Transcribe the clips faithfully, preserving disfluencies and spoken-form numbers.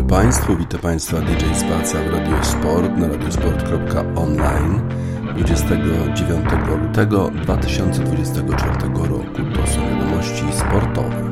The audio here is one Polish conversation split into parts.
Państwu, witam Państwa D J Spacja w Radio Sport na radiosport kropka online dwudziestego dziewiątego lutego dwa tysiące dwudziestego czwartego roku. To są wiadomości sportowe.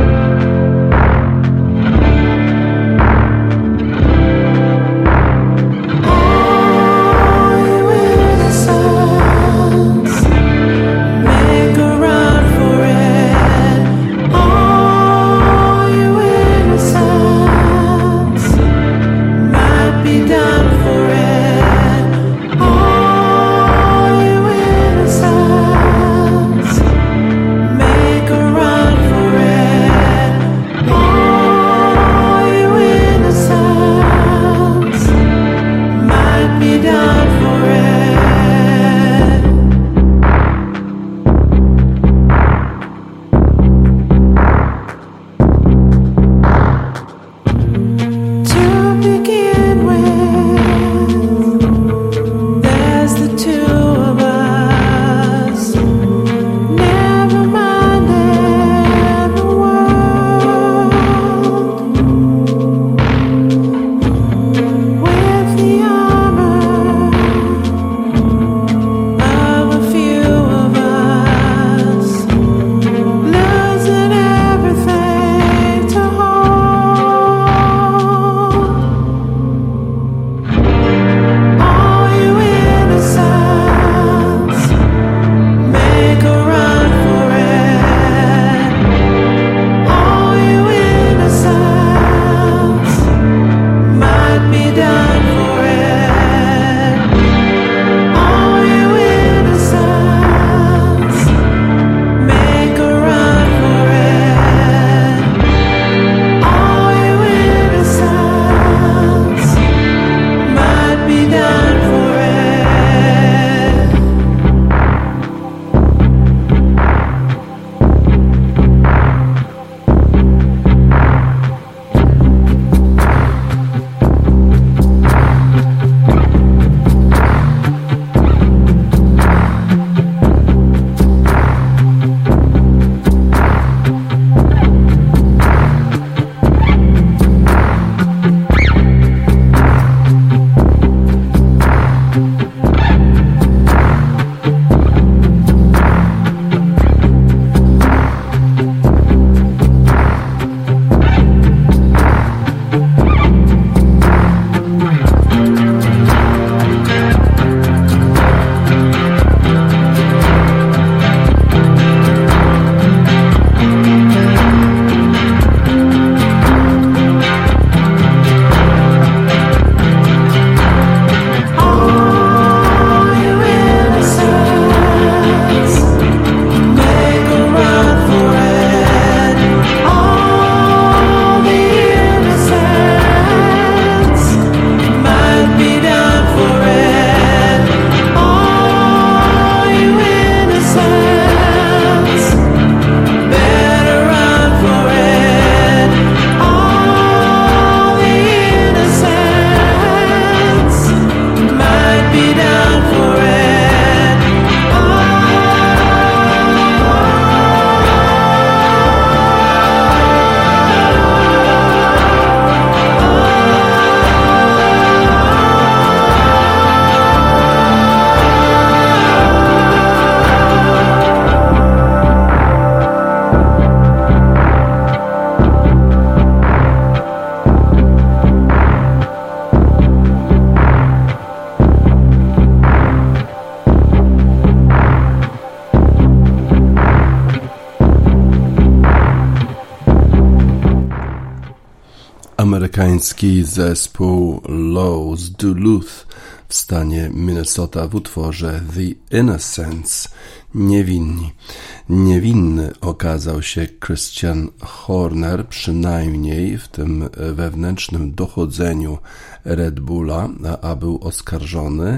Amerykański zespół Low z Duluth w stanie Minnesota w utworze The Innocents, niewinni. Niewinny okazał się Christian Horner, przynajmniej w tym wewnętrznym dochodzeniu Red Bulla, a był oskarżony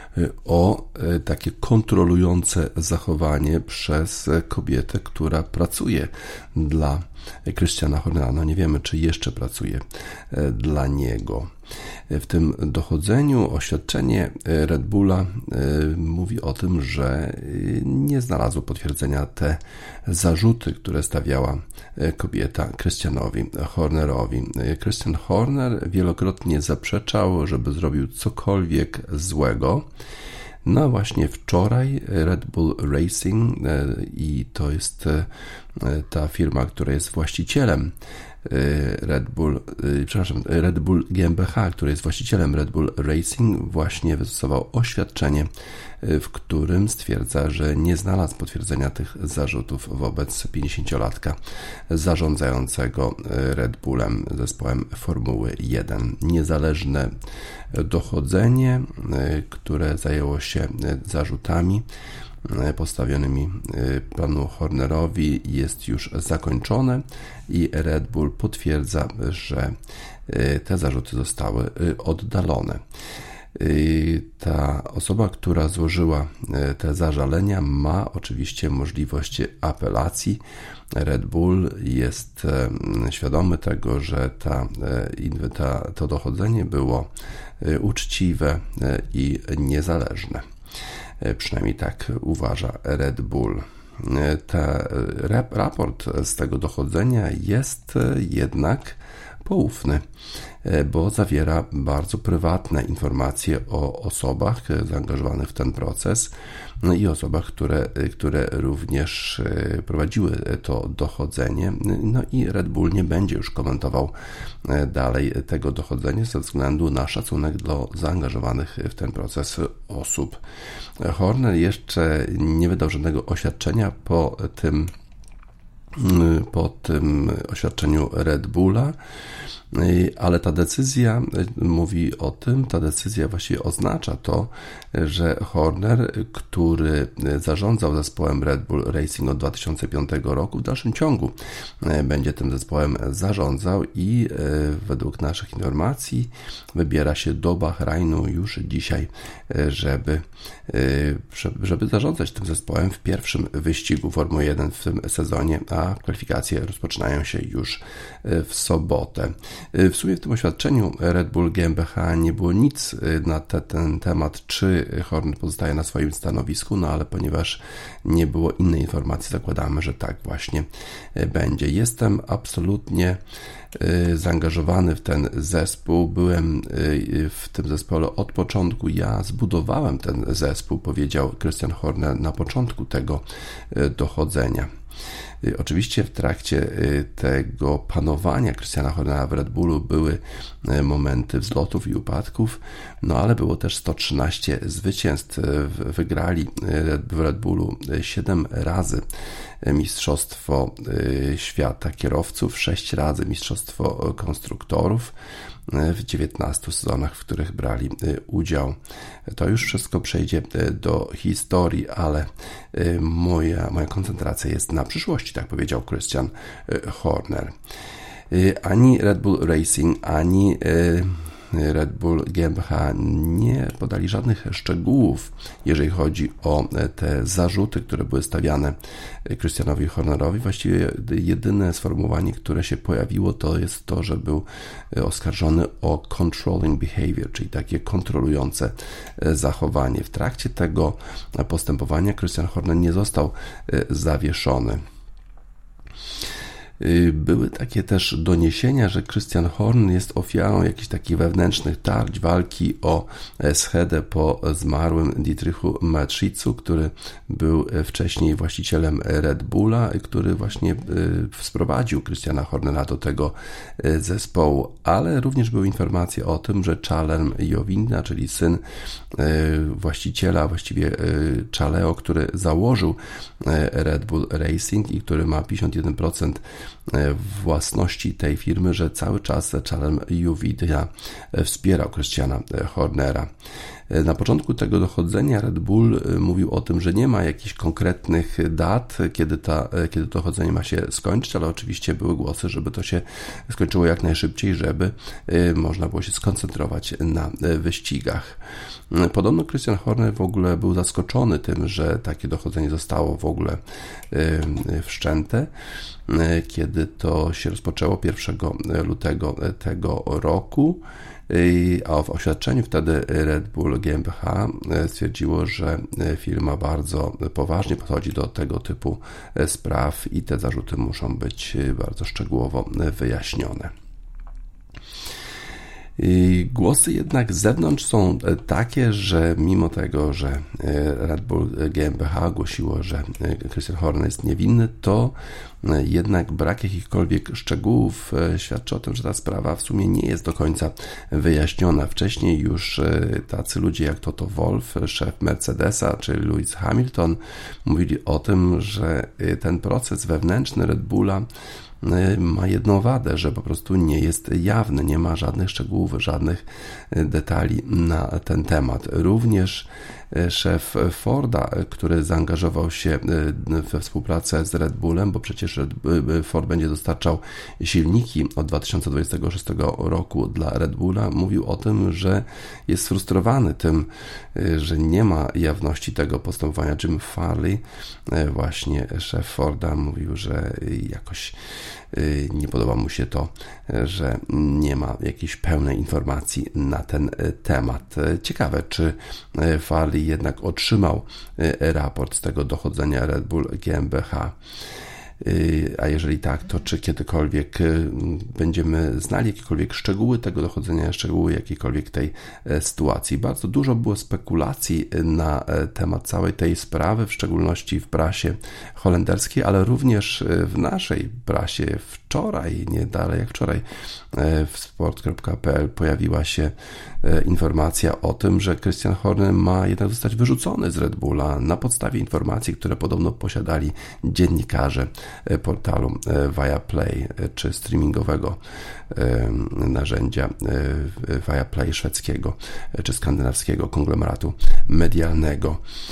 o takie kontrolujące zachowanie przez kobietę, która pracuje dla Christiana Hornera. No nie wiemy, czy jeszcze pracuje dla niego. W tym dochodzeniu oświadczenie Red Bulla mówi o tym, że nie znalazło potwierdzenia te zarzuty, które stawiała kobieta Christianowi Hornerowi. Christian Horner wielokrotnie zaprzeczał, żeby zrobił cokolwiek złego. No właśnie wczoraj Red Bull Racing, i to jest ta firma, która jest właścicielem Red Bull, przepraszam, Red Bull G m B H, który jest właścicielem Red Bull Racing, właśnie wystosował oświadczenie, w którym stwierdza, że nie znalazł potwierdzenia tych zarzutów wobec pięćdziesięciolatka zarządzającego Red Bullem, zespołem Formuły jeden. Niezależne dochodzenie, które zajęło się zarzutami postawionymi panu Hornerowi, jest już zakończone i Red Bull potwierdza, że te zarzuty zostały oddalone. Ta osoba, która złożyła te zażalenia, ma oczywiście możliwość apelacji. Red Bull jest świadomy tego, że ta, ta, to dochodzenie było uczciwe i niezależne. Przynajmniej tak uważa Red Bull. Ten raport z tego dochodzenia jest jednak poufny, bo zawiera bardzo prywatne informacje o osobach zaangażowanych w ten proces i osobach, które, które również prowadziły to dochodzenie. No i Red Bull nie będzie już komentował dalej tego dochodzenia ze względu na szacunek do zaangażowanych w ten proces osób. Horner jeszcze nie wydał żadnego oświadczenia po tym po tym oświadczeniu Red Bulla, ale ta decyzja mówi o tym, ta decyzja właściwie oznacza to, że Horner, który zarządzał zespołem Red Bull Racing od dwa tysiące piątego roku, w dalszym ciągu będzie tym zespołem zarządzał i według naszych informacji wybiera się do Bahrajnu już dzisiaj, żeby, żeby zarządzać tym zespołem w pierwszym wyścigu Formuły jeden w tym sezonie, a kwalifikacje rozpoczynają się już w sobotę. W sumie w tym oświadczeniu Red Bull G m B H nie było nic na te, ten temat, czy Horner pozostaje na swoim stanowisku, no ale ponieważ nie było innej informacji, zakładamy, że tak właśnie będzie. Jestem absolutnie zaangażowany w ten zespół, byłem w tym zespole od początku, ja zbudowałem ten zespół, powiedział Christian Horner na początku tego dochodzenia. Oczywiście w trakcie tego panowania Christiana Hornera w Red Bullu były momenty wzlotów i upadków, no ale było też sto trzynaście zwycięstw. Wygrali w Red Bullu siedem razy Mistrzostwo Świata Kierowców, sześć razy Mistrzostwo Konstruktorów w dziewiętnastu sezonach, w których brali udział. To już wszystko przejdzie do historii, ale moja, moja koncentracja jest na przyszłości, tak powiedział Christian Horner. Ani Red Bull Racing, ani Red Bull G m B H nie podali żadnych szczegółów, jeżeli chodzi o te zarzuty, które były stawiane Christianowi Hornerowi. Właściwie jedyne sformułowanie, które się pojawiło, to jest to, że był oskarżony o controlling behavior, czyli takie kontrolujące zachowanie. W trakcie tego postępowania Christian Horner nie został zawieszony. Były takie też doniesienia, że Christian Horner jest ofiarą jakichś takich wewnętrznych tarć, walki o schedę po zmarłym Dietrichu Mateschitzu, który był wcześniej właścicielem Red Bulla, który właśnie sprowadził Christiana Hornera do tego zespołu, ale również były informacje o tym, że Charlem Jowinda, czyli syn właściciela, właściwie Chaleo, który założył Red Bull Racing i który ma pięćdziesiąt jeden procent własności tej firmy, że cały czas Charlem Jowinda wspierał Christiana Hornera. Na początku tego dochodzenia Red Bull mówił o tym, że nie ma jakichś konkretnych dat, kiedy, ta, kiedy to dochodzenie ma się skończyć, ale oczywiście były głosy, żeby to się skończyło jak najszybciej, żeby można było się skoncentrować na wyścigach. Podobno Christian Horner w ogóle był zaskoczony tym, że takie dochodzenie zostało w ogóle wszczęte, kiedy to się rozpoczęło pierwszego lutego tego roku, a w oświadczeniu wtedy Red Bull GmbH stwierdziło, że firma bardzo poważnie podchodzi do tego typu spraw i te zarzuty muszą być bardzo szczegółowo wyjaśnione. Głosy jednak z zewnątrz są takie, że mimo tego, że Red Bull GmbH głosiło, że Christian Horner jest niewinny, to jednak brak jakichkolwiek szczegółów świadczy o tym, że ta sprawa w sumie nie jest do końca wyjaśniona. Wcześniej już tacy ludzie jak Toto Wolff, szef Mercedesa, czy Lewis Hamilton mówili o tym, że ten proces wewnętrzny Red Bulla ma jedną wadę, że po prostu nie jest jawny, nie ma żadnych szczegółów, żadnych detali na ten temat. Również szef Forda, który zaangażował się we współpracę z Red Bullem, bo przecież Ford będzie dostarczał silniki od dwa tysiące dwudziestego szóstego roku dla Red Bulla, mówił o tym, że jest sfrustrowany tym, że nie ma jawności tego postępowania. Jim Farley, właśnie szef Forda, mówił, że jakoś nie podoba mu się to, że nie ma jakiejś pełnej informacji na ten temat. Ciekawe, czy Farley jednak otrzymał raport z tego dochodzenia Red Bull GmbH. A jeżeli tak, to czy kiedykolwiek będziemy znali jakiekolwiek szczegóły tego dochodzenia, szczegóły jakiejkolwiek tej sytuacji. Bardzo dużo było spekulacji na temat całej tej sprawy, w szczególności w prasie holenderskiej, ale również w naszej prasie. Wczoraj, nie dalej jak wczoraj, w sport kropka p l pojawiła się informacja o tym, że Christian Horner ma jednak zostać wyrzucony z Red Bulla na podstawie informacji, które podobno posiadali dziennikarze portalu Viaplay czy streamingowego narzędzia Viaplay szwedzkiego czy skandynawskiego konglomeratu medialnego.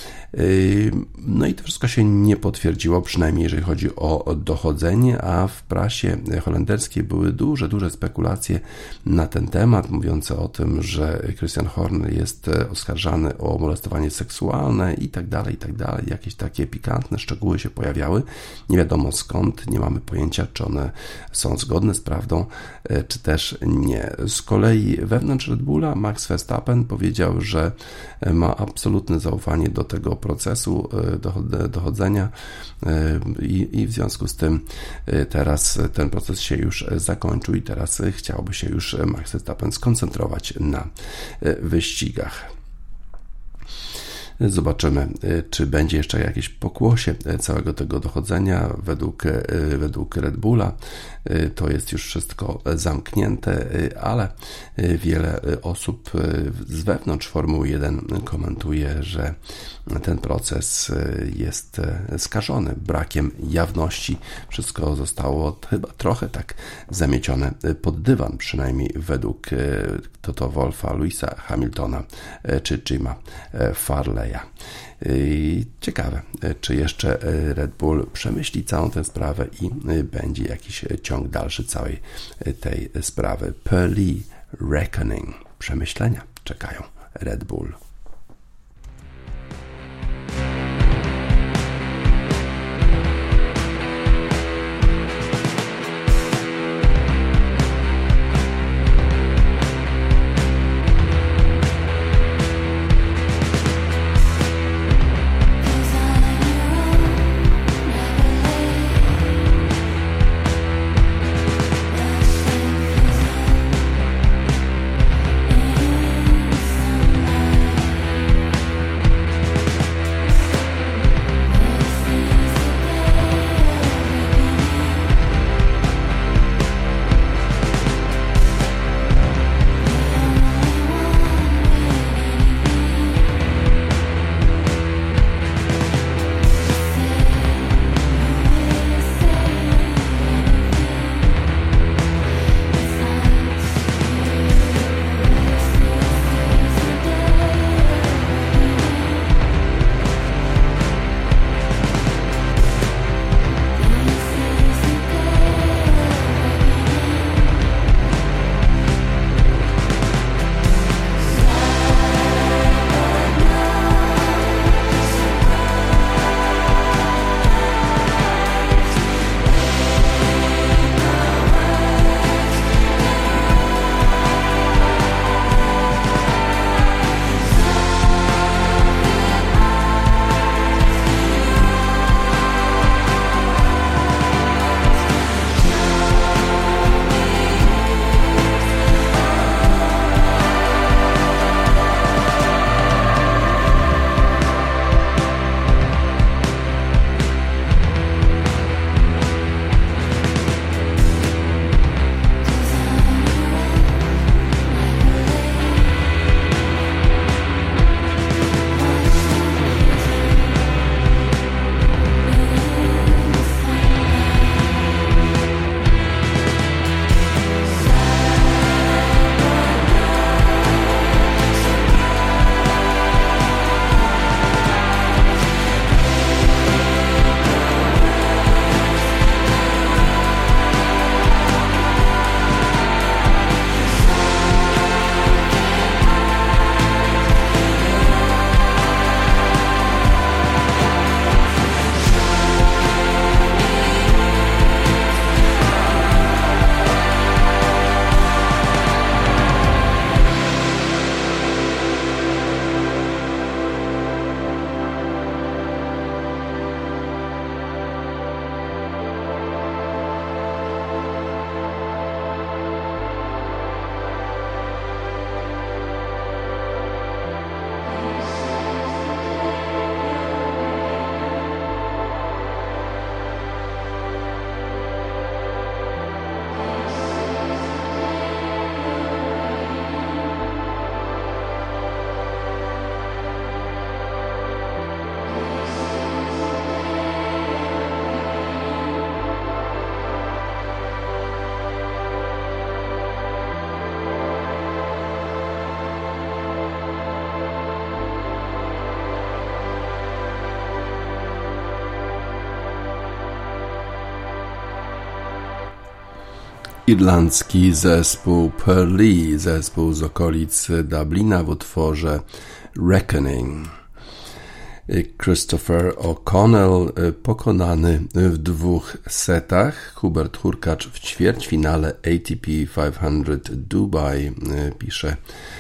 No i to wszystko się nie potwierdziło, przynajmniej jeżeli chodzi o dochodzenie, a w prasie holenderskiej były duże, duże spekulacje na ten temat, mówiące o tym, że Christian Horner jest oskarżany o molestowanie seksualne i tak dalej, i tak dalej. Jakieś takie pikantne szczegóły się pojawiały. Nie wiadomo skąd, nie mamy pojęcia, czy one są zgodne z prawdą, czy też nie. Z kolei wewnątrz Red Bulla Max Verstappen powiedział, że ma absolutne zaufanie do tego procesu dochodzenia i, i w związku z tym teraz ten proces się już zakończył i teraz chciałby się już Max Verstappen skoncentrować na wyścigach. Zobaczymy, czy będzie jeszcze jakieś pokłosie całego tego dochodzenia. Według, według Red Bulla to jest już wszystko zamknięte, ale wiele osób z wewnątrz Formuły jeden komentuje, że ten proces jest skażony brakiem jawności. Wszystko zostało chyba trochę tak zamiecione pod dywan, przynajmniej według Toto Wolffa, Lewisa Hamiltona czy Jima Farleya. Ciekawe, czy jeszcze Red Bull przemyśli całą tę sprawę i będzie jakiś ciąg dalszy całej tej sprawy. Pearly Reckoning. Przemyślenia czekają Red Bull. Irlandzki zespół Purley, zespół z okolic Dublina w utworze Reckoning. Christopher O'Connell pokonany w dwóch setach. Hubert Hurkacz w ćwierćfinale A T P pięćset Dubai pisze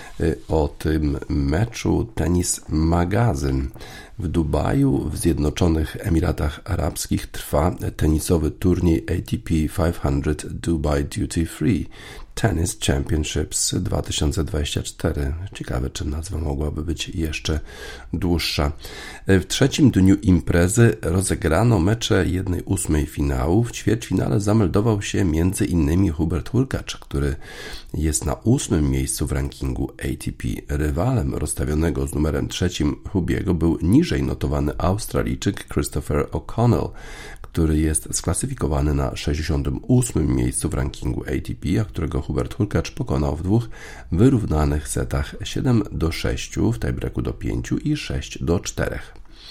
o tym meczu Tenis Magazyn. W Dubaju, w Zjednoczonych Emiratach Arabskich trwa tenisowy turniej A T P pięćset Dubai Duty Free Tennis Championships dwa tysiące dwudziesty czwarty. Ciekawe, czy nazwa mogłaby być jeszcze dłuższa. W trzecim dniu imprezy rozegrano mecze jednej ósmej finału. W ćwierćfinale zameldował się między innymi Hubert Hurkacz, który jest na ósmym miejscu w rankingu A T P. Rywalem rozstawionego z numerem trzecim Hubiego był niżej notowany Australijczyk Christopher O'Connell, który jest sklasyfikowany na sześćdziesiątym ósmym miejscu w rankingu A T P, a którego Hubert Hurkacz pokonał w dwóch wyrównanych setach siedem do sześciu, w tiebreaku do pięciu i sześć do czterech.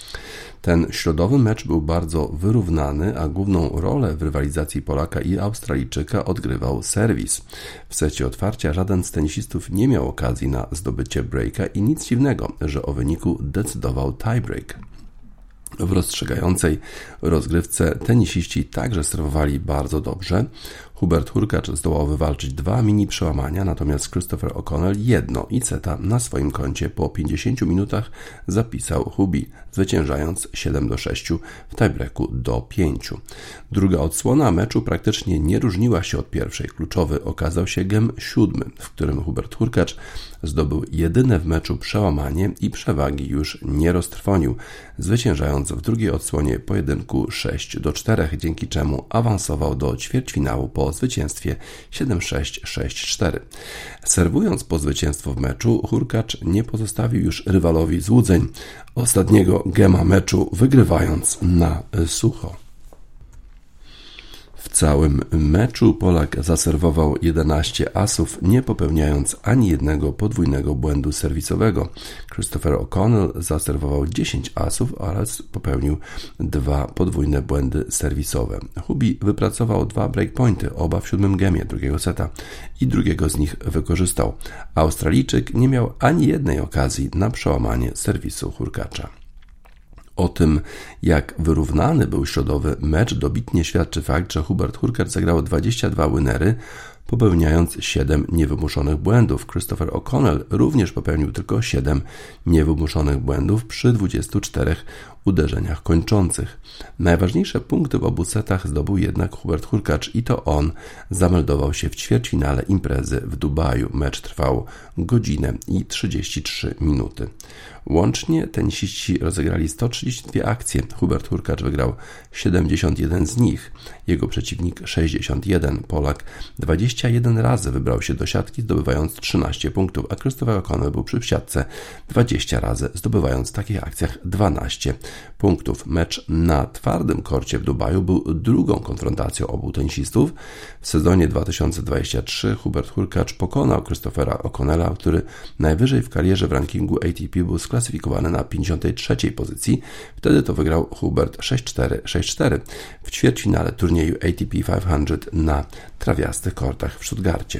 Ten środowy mecz był bardzo wyrównany, a główną rolę w rywalizacji Polaka i Australijczyka odgrywał serwis. W secie otwarcia żaden z tenisistów nie miał okazji na zdobycie breaka i nic dziwnego, że o wyniku decydował tiebreak. W rozstrzygającej rozgrywce tenisiści także serwowali bardzo dobrze. Hubert Hurkacz zdołał wywalczyć dwa mini przełamania, natomiast Christopher O'Connell jedno i seta na swoim koncie po pięćdziesięciu minutach zapisał Hubi, zwyciężając siedem do sześciu w tiebreaku do pięciu. Druga odsłona meczu praktycznie nie różniła się od pierwszej. Kluczowy okazał się gem siódmy, w którym Hubert Hurkacz zdobył jedyne w meczu przełamanie i przewagi już nie roztrwonił, zwyciężając w drugiej odsłonie pojedynku sześć do czterech, dzięki czemu awansował do ćwierćfinału po zwycięstwie siedem sześć sześć cztery. Serwując po zwycięstwo w meczu, Hurkacz nie pozostawił już rywalowi złudzeń, ostatniego gema meczu wygrywając na sucho. W całym meczu Polak zaserwował jedenaście asów, nie popełniając ani jednego podwójnego błędu serwisowego. Christopher O'Connell zaserwował dziesięć asów, ale popełnił dwa podwójne błędy serwisowe. Hubi wypracował dwa breakpointy, oba w siódmym gemie drugiego seta i drugiego z nich wykorzystał. Australijczyk nie miał ani jednej okazji na przełamanie serwisu Hurkacza. O tym, jak wyrównany był środowy mecz, dobitnie świadczy fakt, że Hubert Hurkacz zagrał dwadzieścia dwa winery, popełniając siedem niewymuszonych błędów. Christopher O'Connell również popełnił tylko siedem niewymuszonych błędów przy dwudziestu czterech uderzeniach kończących. Najważniejsze punkty w obu setach zdobył jednak Hubert Hurkacz i to on zameldował się w ćwierćfinale imprezy w Dubaju. Mecz trwał godzinę i trzydzieści trzy minuty. Łącznie tenisiści rozegrali sto trzydzieści dwie akcje. Hubert Hurkacz wygrał siedemdziesiąt jeden z nich, jego przeciwnik sześćdziesiąt jeden. Polak dwadzieścia jeden razy wybrał się do siatki, zdobywając trzynaście punktów, a Christopher O'Connell był przy siatce dwadzieścia razy, zdobywając w takich akcjach dwanaście punktów. Mecz na twardym korcie w Dubaju był drugą konfrontacją obu tenisistów. W sezonie dwa tysiące dwudziestym trzecim Hubert Hurkacz pokonał Christophera O'Connella, który najwyżej w karierze w rankingu A T P był sklasyfikowany na pięćdziesiątej trzeciej pozycji. Wtedy to wygrał Hubert sześć cztery sześć cztery w ćwierćfinale turnieju A T P pięćset na trawiastych kortach w Stuttgarcie.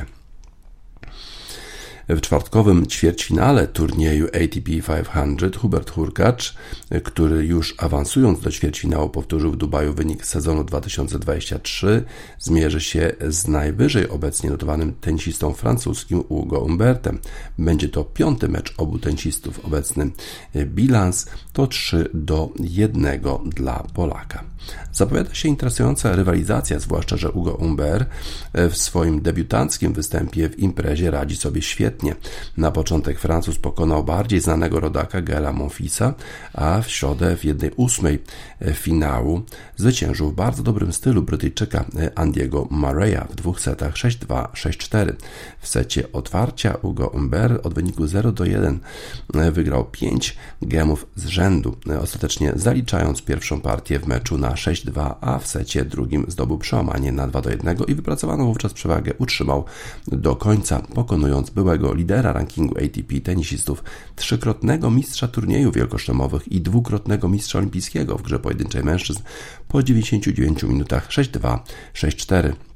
W czwartkowym ćwierćfinale turnieju A T P pięćset Hubert Hurkacz, który już awansując do ćwierćfinału powtórzył w Dubaju wynik sezonu dwa tysiące dwudziestego trzeciego, zmierzy się z najwyżej obecnie notowanym tenisistą francuskim Hugo Humbertem. Będzie to piąty mecz obu tenisistów. Obecny bilans to trzy do jednego dla Polaka. Zapowiada się interesująca rywalizacja, zwłaszcza że Hugo Humbert w swoim debiutanckim występie w imprezie radzi sobie świetnie. Na początek Francuz pokonał bardziej znanego rodaka Gaela Monfilsa, a w środę w jednej ósmej finału zwyciężył w bardzo dobrym stylu Brytyjczyka Andiego Murraya w dwóch setach sześć dwa sześć cztery. W secie otwarcia Hugo Humbert od wyniku zero do jeden wygrał pięć gemów z rzędu, ostatecznie zaliczając pierwszą partię w meczu na sześć dwa, a w secie drugim zdobył przełamanie na dwa do jednego i wypracowaną wówczas przewagę utrzymał do końca, pokonując byłego lidera rankingu A T P tenisistów, trzykrotnego mistrza turniejów wielkoszlemowych i dwukrotnego mistrza olimpijskiego w grze pojedynczej mężczyzn po dziewięćdziesięciu dziewięciu minutach sześć dwa sześć cztery.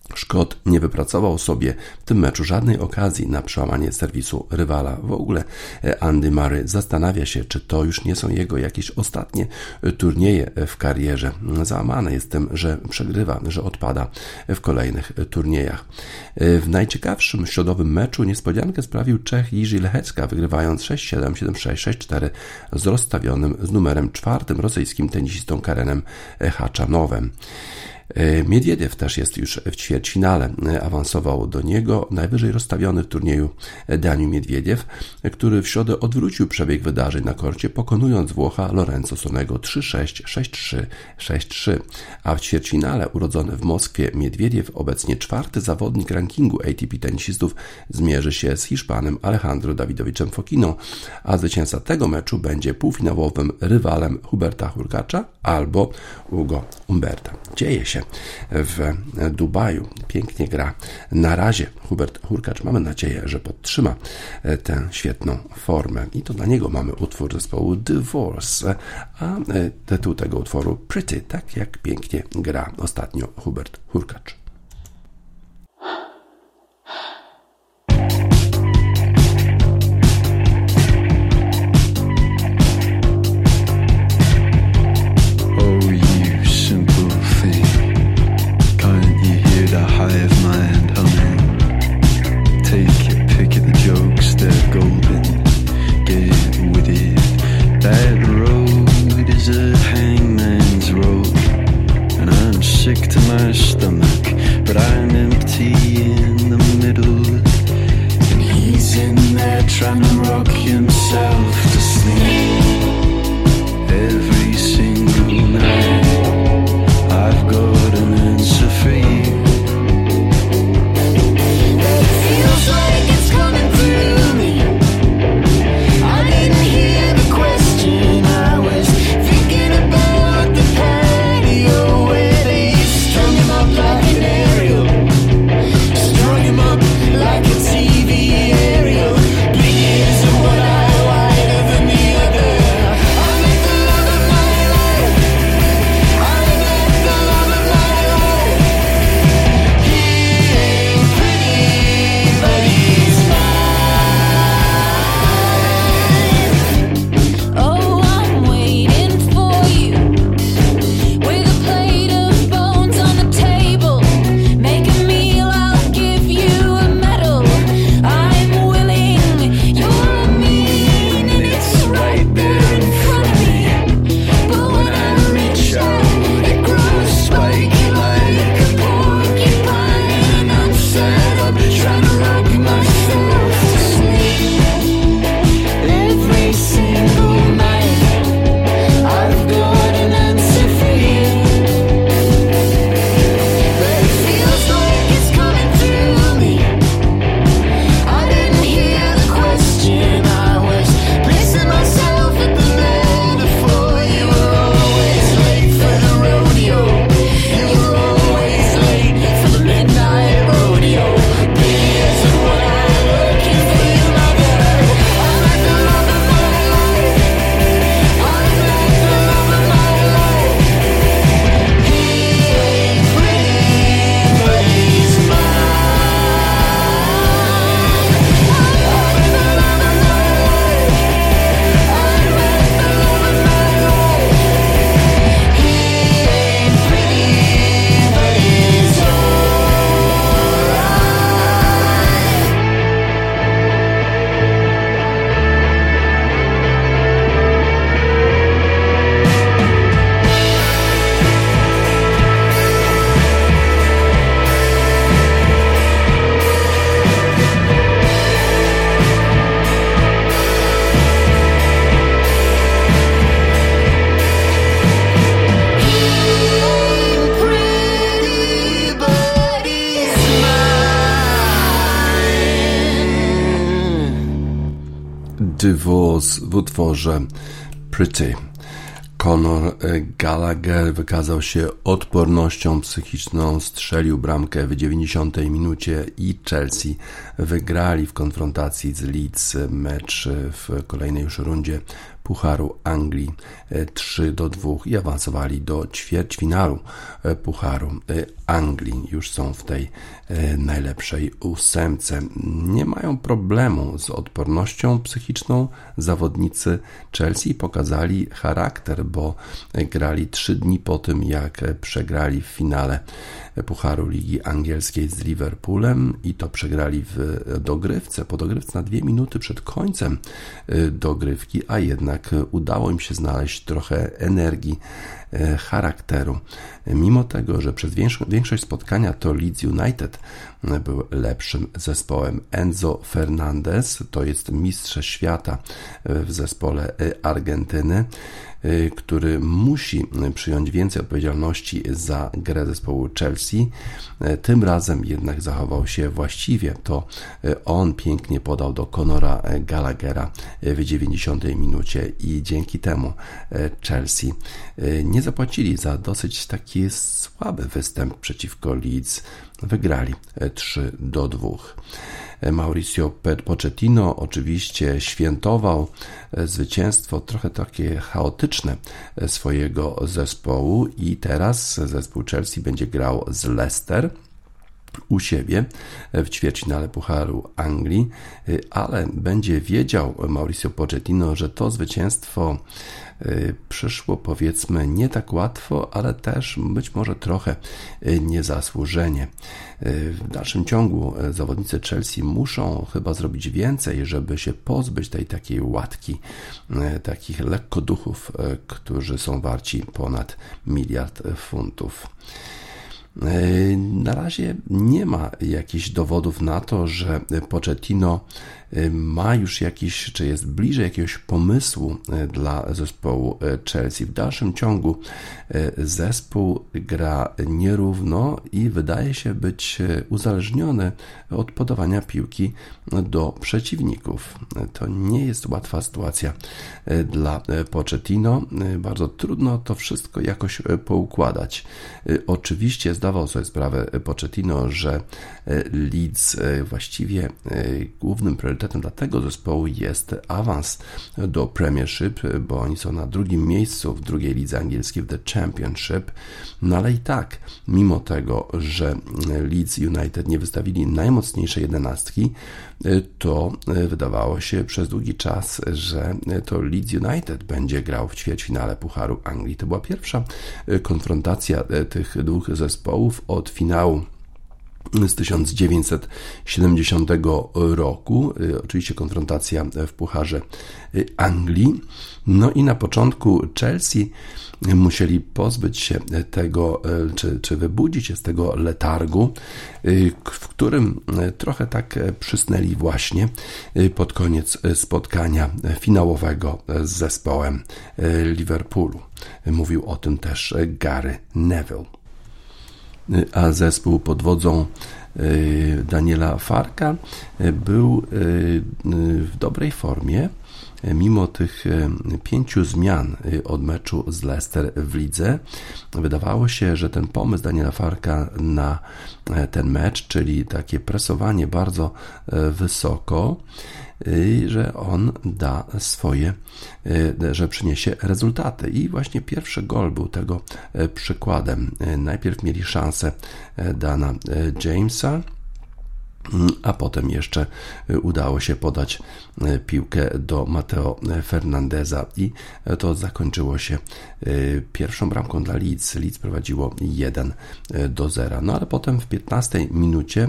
Szkot nie wypracował sobie w tym meczu żadnej okazji na przełamanie serwisu rywala. W ogóle Andy Murray zastanawia się, czy to już nie są jego jakieś ostatnie turnieje w karierze. Załamany jest tym, że przegrywa, że odpada w kolejnych turniejach. W najciekawszym środowym meczu niespodziankę sprawił Czech Jiří Lehecka, wygrywając sześć siedem, siedem sześć, sześć cztery z rozstawionym z numerem czwartym rosyjskim tenisistą Karenem Haczanowem. Miedwiediew też jest już w ćwierćfinale. Awansował do niego najwyżej rozstawiony w turnieju Daniil Miedwiediew, który w środę odwrócił przebieg wydarzeń na korcie, pokonując Włocha Lorenzo Sonego trzy sześć, sześć trzy, sześć trzy. A w ćwierćfinale urodzony w Moskwie Miedwiediew, obecnie czwarty zawodnik rankingu A T P tenisistów, zmierzy się z Hiszpanem Alejandro Davidoviczem Fokiną, a zwycięzca tego meczu będzie półfinałowym rywalem Huberta Hurkacza albo Ugo Umberta. Dzieje się w Dubaju. Pięknie gra. Na razie Hubert Hurkacz, mamy nadzieję, że podtrzyma tę świetną formę. I to dla niego mamy utwór zespołu Divorce, a tytuł tego utworu Pretty, tak jak pięknie gra ostatnio Hubert Hurkacz. Divorce w utworze Pretty. Conor Gallagher wykazał się odpornością psychiczną, strzelił bramkę w dziewięćdziesiątej minucie i Chelsea wygrali w konfrontacji z Leeds mecz w kolejnej już rundzie Pucharu Anglii trzy do dwóch i awansowali do ćwierćfinału Pucharu Anglii. Już są w tej najlepszej ósemce. Nie mają problemu z odpornością psychiczną. Zawodnicy Chelsea pokazali charakter, bo grali trzy dni po tym, jak przegrali w finale Pucharu Ligi Angielskiej z Liverpoolem i to przegrali w dogrywce, po dogrywce na dwie minuty przed końcem dogrywki, a jednak udało im się znaleźć trochę energii, charakteru. Mimo tego, że przez większość spotkania to Leeds United był lepszym zespołem. Enzo Fernandez to jest mistrz świata w zespole Argentyny, który musi przyjąć więcej odpowiedzialności za grę zespołu Chelsea. Tym razem jednak zachował się właściwie. To on pięknie podał do Conora Gallaghera w dziewięćdziesiątej minucie i dzięki temu Chelsea nie zapłacili za dosyć taki słaby występ przeciwko Leeds. Wygrali trzy do dwóch. Mauricio Pochettino oczywiście świętował zwycięstwo trochę takie chaotyczne swojego zespołu i teraz zespół Chelsea będzie grał z Leicester u siebie w ćwierćfinale Pucharu Anglii, ale będzie wiedział Mauricio Pochettino, że to zwycięstwo przyszło powiedzmy nie tak łatwo, ale też być może trochę niezasłużenie. W dalszym ciągu zawodnicy Chelsea muszą chyba zrobić więcej, żeby się pozbyć tej takiej łatki, takich lekkoduchów, którzy są warci ponad miliard funtów. Na razie nie ma jakichś dowodów na to, że Pochettino ma już jakiś, czy jest bliżej jakiegoś pomysłu dla zespołu Chelsea. W dalszym ciągu zespół gra nierówno i wydaje się być uzależniony od podawania piłki do przeciwników. To nie jest łatwa sytuacja dla Pochettino. Bardzo trudno to wszystko jakoś poukładać. Oczywiście zdawał sobie sprawę Pochettino, że Leeds właściwie głównym priorytetem dla tego zespołu jest awans do Premiership, bo oni są na drugim miejscu w drugiej lidze angielskiej, w The Championship. No ale i tak, mimo tego, że Leeds United nie wystawili najmocniejszej jedenastki, to wydawało się przez długi czas, że to Leeds United będzie grał w ćwierćfinale Pucharu Anglii. To była pierwsza konfrontacja tych dwóch zespołów od finału z tysiąc dziewięćset siedemdziesiątego roku, oczywiście konfrontacja w Pucharze Anglii. No i na początku Chelsea musieli pozbyć się tego, czy, czy wybudzić się z tego letargu, w którym trochę tak przysnęli właśnie pod koniec spotkania finałowego z zespołem Liverpoolu. Mówił o tym też Gary Neville. A zespół pod wodzą Daniela Farka był w dobrej formie. Mimo tych pięciu zmian od meczu z Leicester w lidze, wydawało się, że ten pomysł Daniela Farka na ten mecz, czyli takie presowanie bardzo wysoko, że on da swoje, że przyniesie rezultaty. I właśnie pierwszy gol był tego przykładem. Najpierw mieli szansę Dana Jamesa, a potem jeszcze udało się podać piłkę do Mateo Fernandeza i to zakończyło się pierwszą bramką dla Leeds. Leeds prowadziło jeden do zera. No ale potem w piętnastej minucie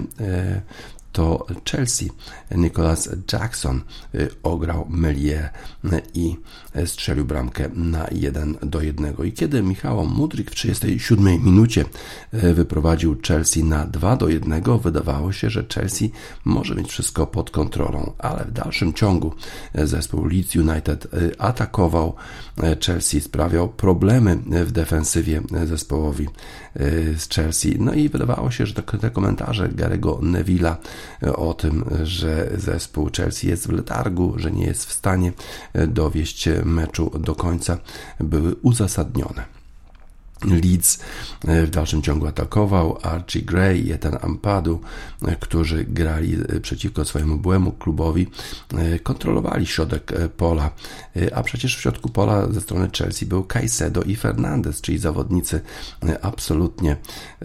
to Chelsea, Nicholas Jackson ograł Meslier i strzelił bramkę na jeden do jednego. I kiedy Michał Mudryk w trzydziestej siódmej minucie wyprowadził Chelsea na dwa do jednego, wydawało się, że Chelsea może mieć wszystko pod kontrolą, ale w dalszym ciągu zespół Leeds United atakował Chelsea, sprawiał problemy w defensywie zespołowi z Chelsea. No i wydawało się, że te komentarze Gary'ego Neville'a o tym, że zespół Chelsea jest w letargu, że nie jest w stanie dowieść meczu do końca, były uzasadnione. Leeds w dalszym ciągu atakował. Archie Gray i Ethan Ampadu, którzy grali przeciwko swojemu byłemu klubowi, kontrolowali środek pola, a przecież w środku pola ze strony Chelsea był Caicedo i Fernandes, czyli zawodnicy absolutnie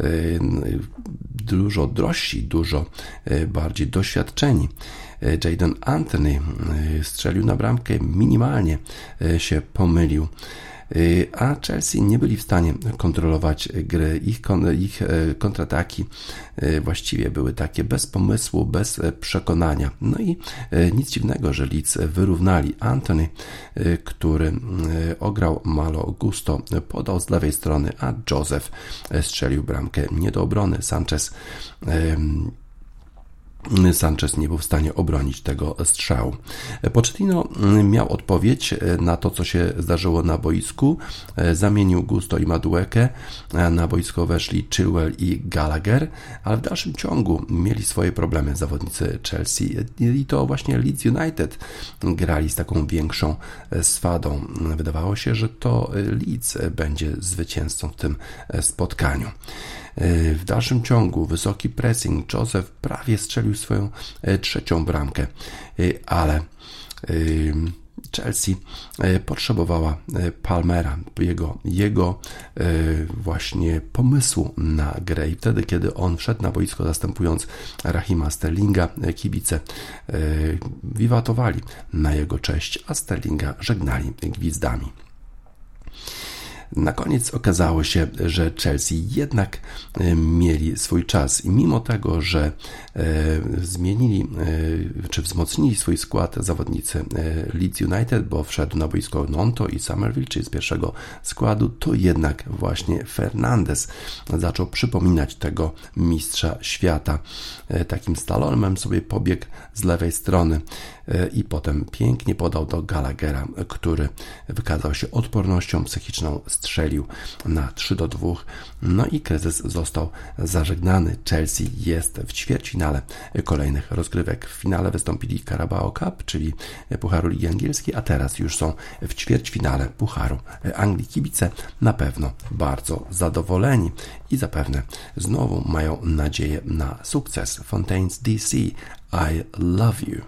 dużo drożsi, dużo bardziej doświadczeni. Jadon Anthony strzelił na bramkę, minimalnie się pomylił, a Chelsea nie byli w stanie kontrolować gry. Ich, ich kontrataki właściwie były takie bez pomysłu, bez przekonania. No i nic dziwnego, że Leeds wyrównali. Anthony, który ograł Malo Gusto, podał z lewej strony, a Joseph strzelił bramkę nie do obrony. Sanchez Sanchez nie był w stanie obronić tego strzału. Pochettino miał odpowiedź na to, co się zdarzyło na boisku. Zamienił Gusto i Maduekę. Na boisko weszli Chilwell i Gallagher, ale w dalszym ciągu mieli swoje problemy zawodnicy Chelsea i to właśnie Leeds United grali z taką większą swadą. Wydawało się, że to Leeds będzie zwycięzcą w tym spotkaniu. W dalszym ciągu wysoki pressing. Joseph prawie strzelił swoją trzecią bramkę, ale Chelsea potrzebowała Palmera, jego, jego właśnie pomysłu na grę i wtedy, kiedy on wszedł na boisko zastępując Rahima Sterlinga, kibice wiwatowali na jego cześć, a Sterlinga żegnali gwizdami. Na koniec okazało się, że Chelsea jednak mieli swój czas i mimo tego, że zmienili czy wzmocnili swój skład zawodnicy Leeds United, bo wszedł na boisko Nonto i Somerville, czyli z pierwszego składu, to jednak właśnie Fernandes zaczął przypominać tego mistrza świata. Takim slalomem sobie pobiegł z lewej strony i potem pięknie podał do Gallaghera, który wykazał się odpornością psychiczną, strzelił na trzy do dwóch, no i kryzys został zażegnany. Chelsea jest w ćwierćfinale kolejnych rozgrywek. W finale wystąpili Carabao Cup, czyli Pucharu Ligi Angielskiej, a teraz już są w ćwierćfinale Pucharu Anglii. Kibice na pewno bardzo zadowoleni i zapewne znowu mają nadzieję na sukces. Fontaine's D C, I Love You.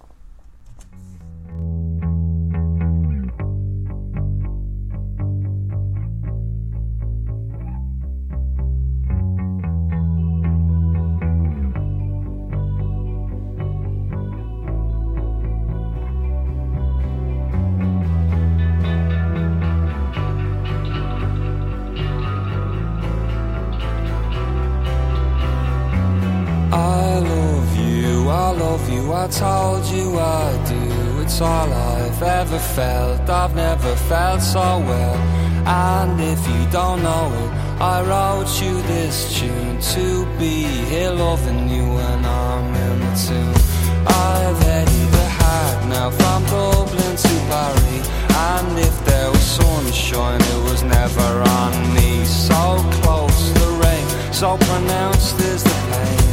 I told you I do, it's all I've ever felt. I've never felt so well. And if you don't know it, I wrote you this tune to be here loving you when I'm in the tune. I've headed the hack now from Dublin to Paris, and if there was sunshine it was never on me. So close the rain, so pronounced is the pain.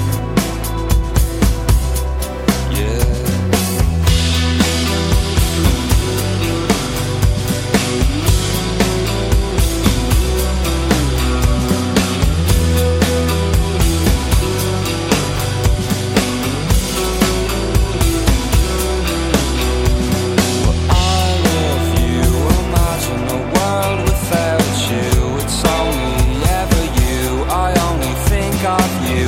You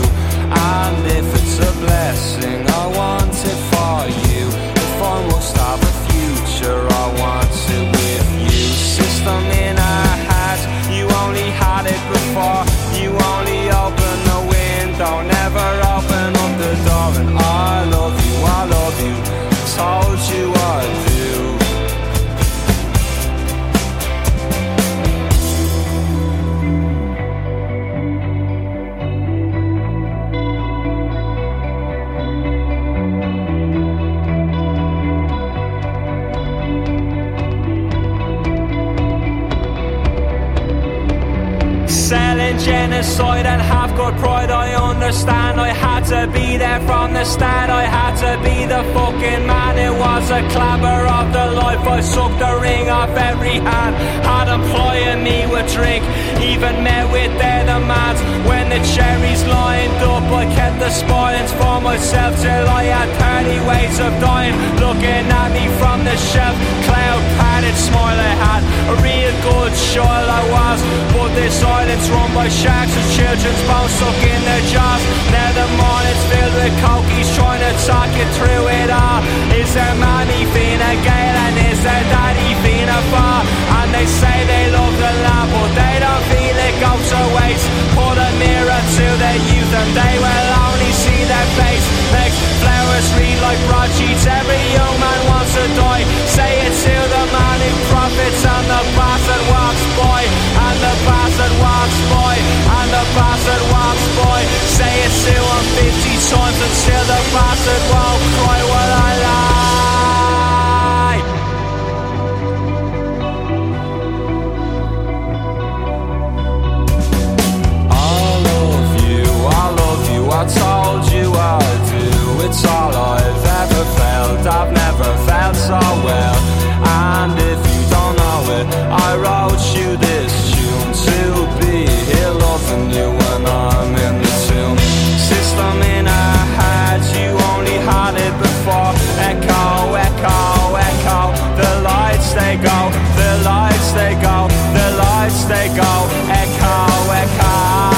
selling genocide and have got pride. I understand I had to be there from the start. I had to be the fucking man. It was a clamour of the life. I sucked the ring off every hand. Had employing me with drink, even met with their demands. When the cherries lined up, I kept the spoilings for myself till I had thirty ways of dying. Looking at me from the shelf, cloud padded smile I had. A real good child I was, but this island's run by sharks and children's bones stuck in their jaws. Now the morning's filled with cokies trying to talk you through it all. Is there mommy Fina Gael and is there daddy Fina Far? And they say they love the land but they don't feel it goes to waste. Put a mirror to their youth and they will only see their face. Makes flowers read like broadsheets, every young man wants to die. Say it to the man who profits and the bastard walks by. And the bastard walks by, and the bastard walks by. Say it to him fifty times and still the bastard won't cry. Well, I lie. I love you, I love you, I told you I do. It's all I've ever felt, I've never felt so well. And if you don't know it, I wrote you this tune to be here loving you when I'm in the tune. System in our heads, you only had it before. Echo, echo, echo. The lights they go, the lights they go, the lights they go. Echo, echo.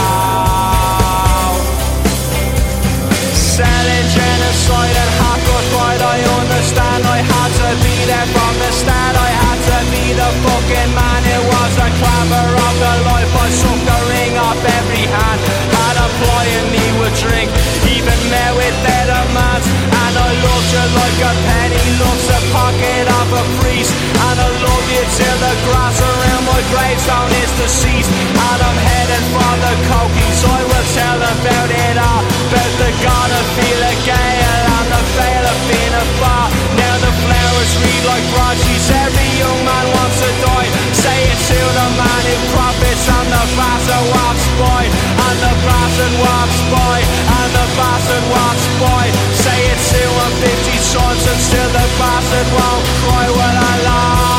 Selling genocide and half good pride. I understand I had to be there from the start. I had to be the fucking man. It was a clamour of the life. I sucked the ring off every hand. Had employing me with drink, even met with their demands. And I loved you like a penny loves the pocket of a priest. And I love you till the grass around my gravestone is deceased. And I'm headed for the cokies. I will tell about it all, about the god of Fela Gale and the veil of Fina Bar. Now the flowers read like broadsheets, every young man wants to die. Say it to the man who profits and the bastard walks by. And the bastard walks by, and the bastard walks by. Say it to him fifty times and still the bastard won't cry. Well, I lie.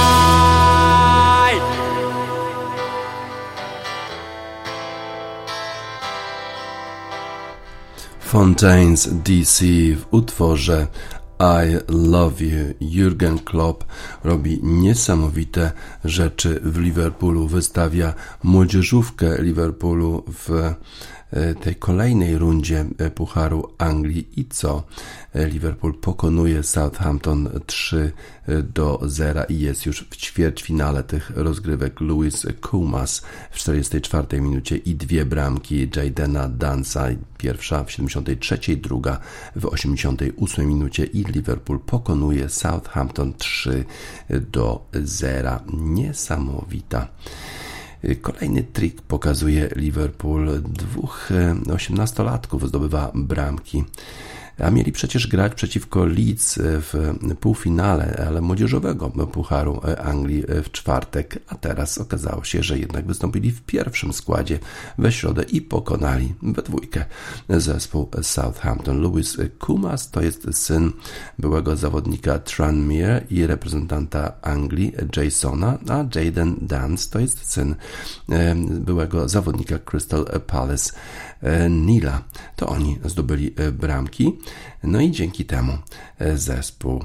Fontaines D C w utworze I Love You. Jurgen Klopp robi niesamowite rzeczy w Liverpoolu. Wystawia młodzieżówkę Liverpoolu w tej kolejnej rundzie Pucharu Anglii i co? Liverpool pokonuje Southampton trzy do zera i jest już w ćwierćfinale tych rozgrywek. Louis Koumas w czterdziestej czwartej minucie i dwie bramki Jadena Dansa, pierwsza w siedemdziesiątej trzeciej, druga w osiemdziesiątej ósmej minucie i Liverpool pokonuje Southampton trzy do zera. Niesamowita. Kolejny trik pokazuje Liverpool. Dwóch osiemnastolatków zdobywa bramki. A mieli przecież grać przeciwko Leeds w półfinale, ale młodzieżowego Pucharu Anglii w czwartek, a teraz okazało się, że jednak wystąpili w pierwszym składzie we środę i pokonali we dwójkę zespół Southampton. Louis Koumas to jest syn byłego zawodnika Tranmere i reprezentanta Anglii Jasona, a Jayden Dance to jest syn byłego zawodnika Crystal Palace Nila. To oni zdobyli bramki, no i dzięki temu zespół,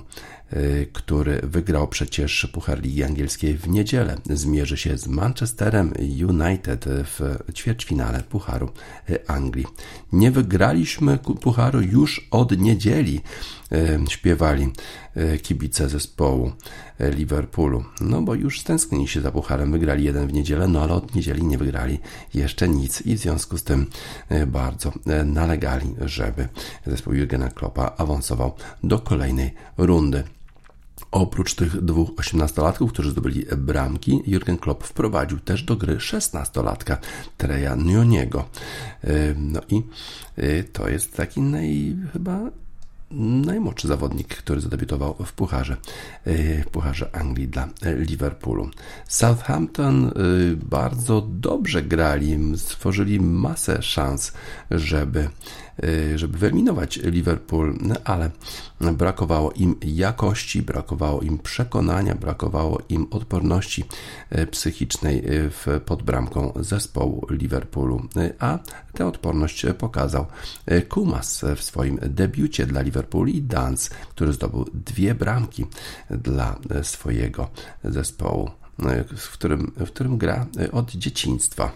który wygrał przecież Puchar Ligi Angielskiej w niedzielę, zmierzy się z Manchesterem United w ćwierćfinale Pucharu Anglii. Nie wygraliśmy Pucharu już od niedzieli, śpiewali kibice zespołu Liverpoolu. No bo już stęsknili się za Pucharem, wygrali jeden w niedzielę, no ale od niedzieli nie wygrali jeszcze nic i w związku z tym bardzo nalegali, żeby zespół Jurgena Kloppa awansował do kolejnej rundy. Oprócz tych dwóch osiemnastolatków, którzy zdobyli bramki, Jurgen Klopp wprowadził też do gry szesnastolatka Treya Nyoniego. No i to jest taki naj, chyba najmłodszy zawodnik, który zadebiutował w Pucharze, w Pucharze Anglii dla Liverpoolu. Southampton bardzo dobrze grali, stworzyli masę szans, żeby żeby wyeliminować Liverpool, ale brakowało im jakości, brakowało im przekonania, brakowało im odporności psychicznej w, pod bramką zespołu Liverpoolu, a tę odporność pokazał Kumas w swoim debiucie dla Liverpoolu i Dance, który zdobył dwie bramki dla swojego zespołu, w którym, w którym gra od dzieciństwa.